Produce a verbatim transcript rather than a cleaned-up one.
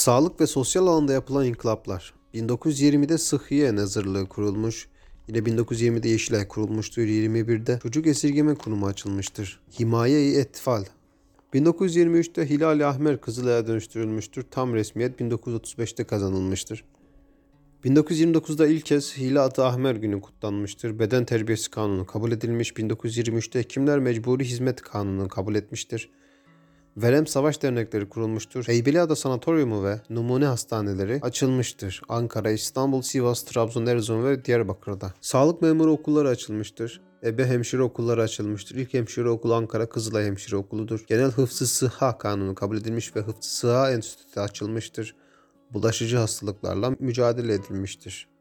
Sağlık ve sosyal alanda yapılan inkılaplar. bin dokuz yüz yirmide Sıhhiye Nazırlığı kurulmuş. Yine bin dokuz yüz yirmide Yeşilay kurulmuştur. yirmi birde Çocuk Esirgeme Kurumu açılmıştır. Himaye-i Etfal. bin dokuz yüz yirmi üçte Hilal-i Ahmer Kızılay'a dönüştürülmüştür. Tam resmiyet bin dokuz yüz otuz beşte kazanılmıştır. bin dokuz yüz yirmi dokuzda ilk kez Hilal-i Ahmer günü kutlanmıştır. Beden Terbiyesi Kanunu kabul edilmiş. bin dokuz yüz yirmi üçte Hekimler Mecburi Hizmet Kanunu kabul etmiştir. Verem Savaş Dernekleri kurulmuştur. Heybeliada Sanatoryumu ve Numune Hastaneleri açılmıştır. Ankara, İstanbul, Sivas, Trabzon, Erzurum ve Diyarbakır'da. Sağlık memuru okulları açılmıştır. Ebe hemşire okulları açılmıştır. İlk hemşire okulu Ankara Kızılay Hemşire Okulu'dur. Genel Hıfzı Sıhha Kanunu kabul edilmiş ve Hıfzı Sıhha Enstitüsü açılmıştır. Bulaşıcı hastalıklarla mücadele edilmiştir.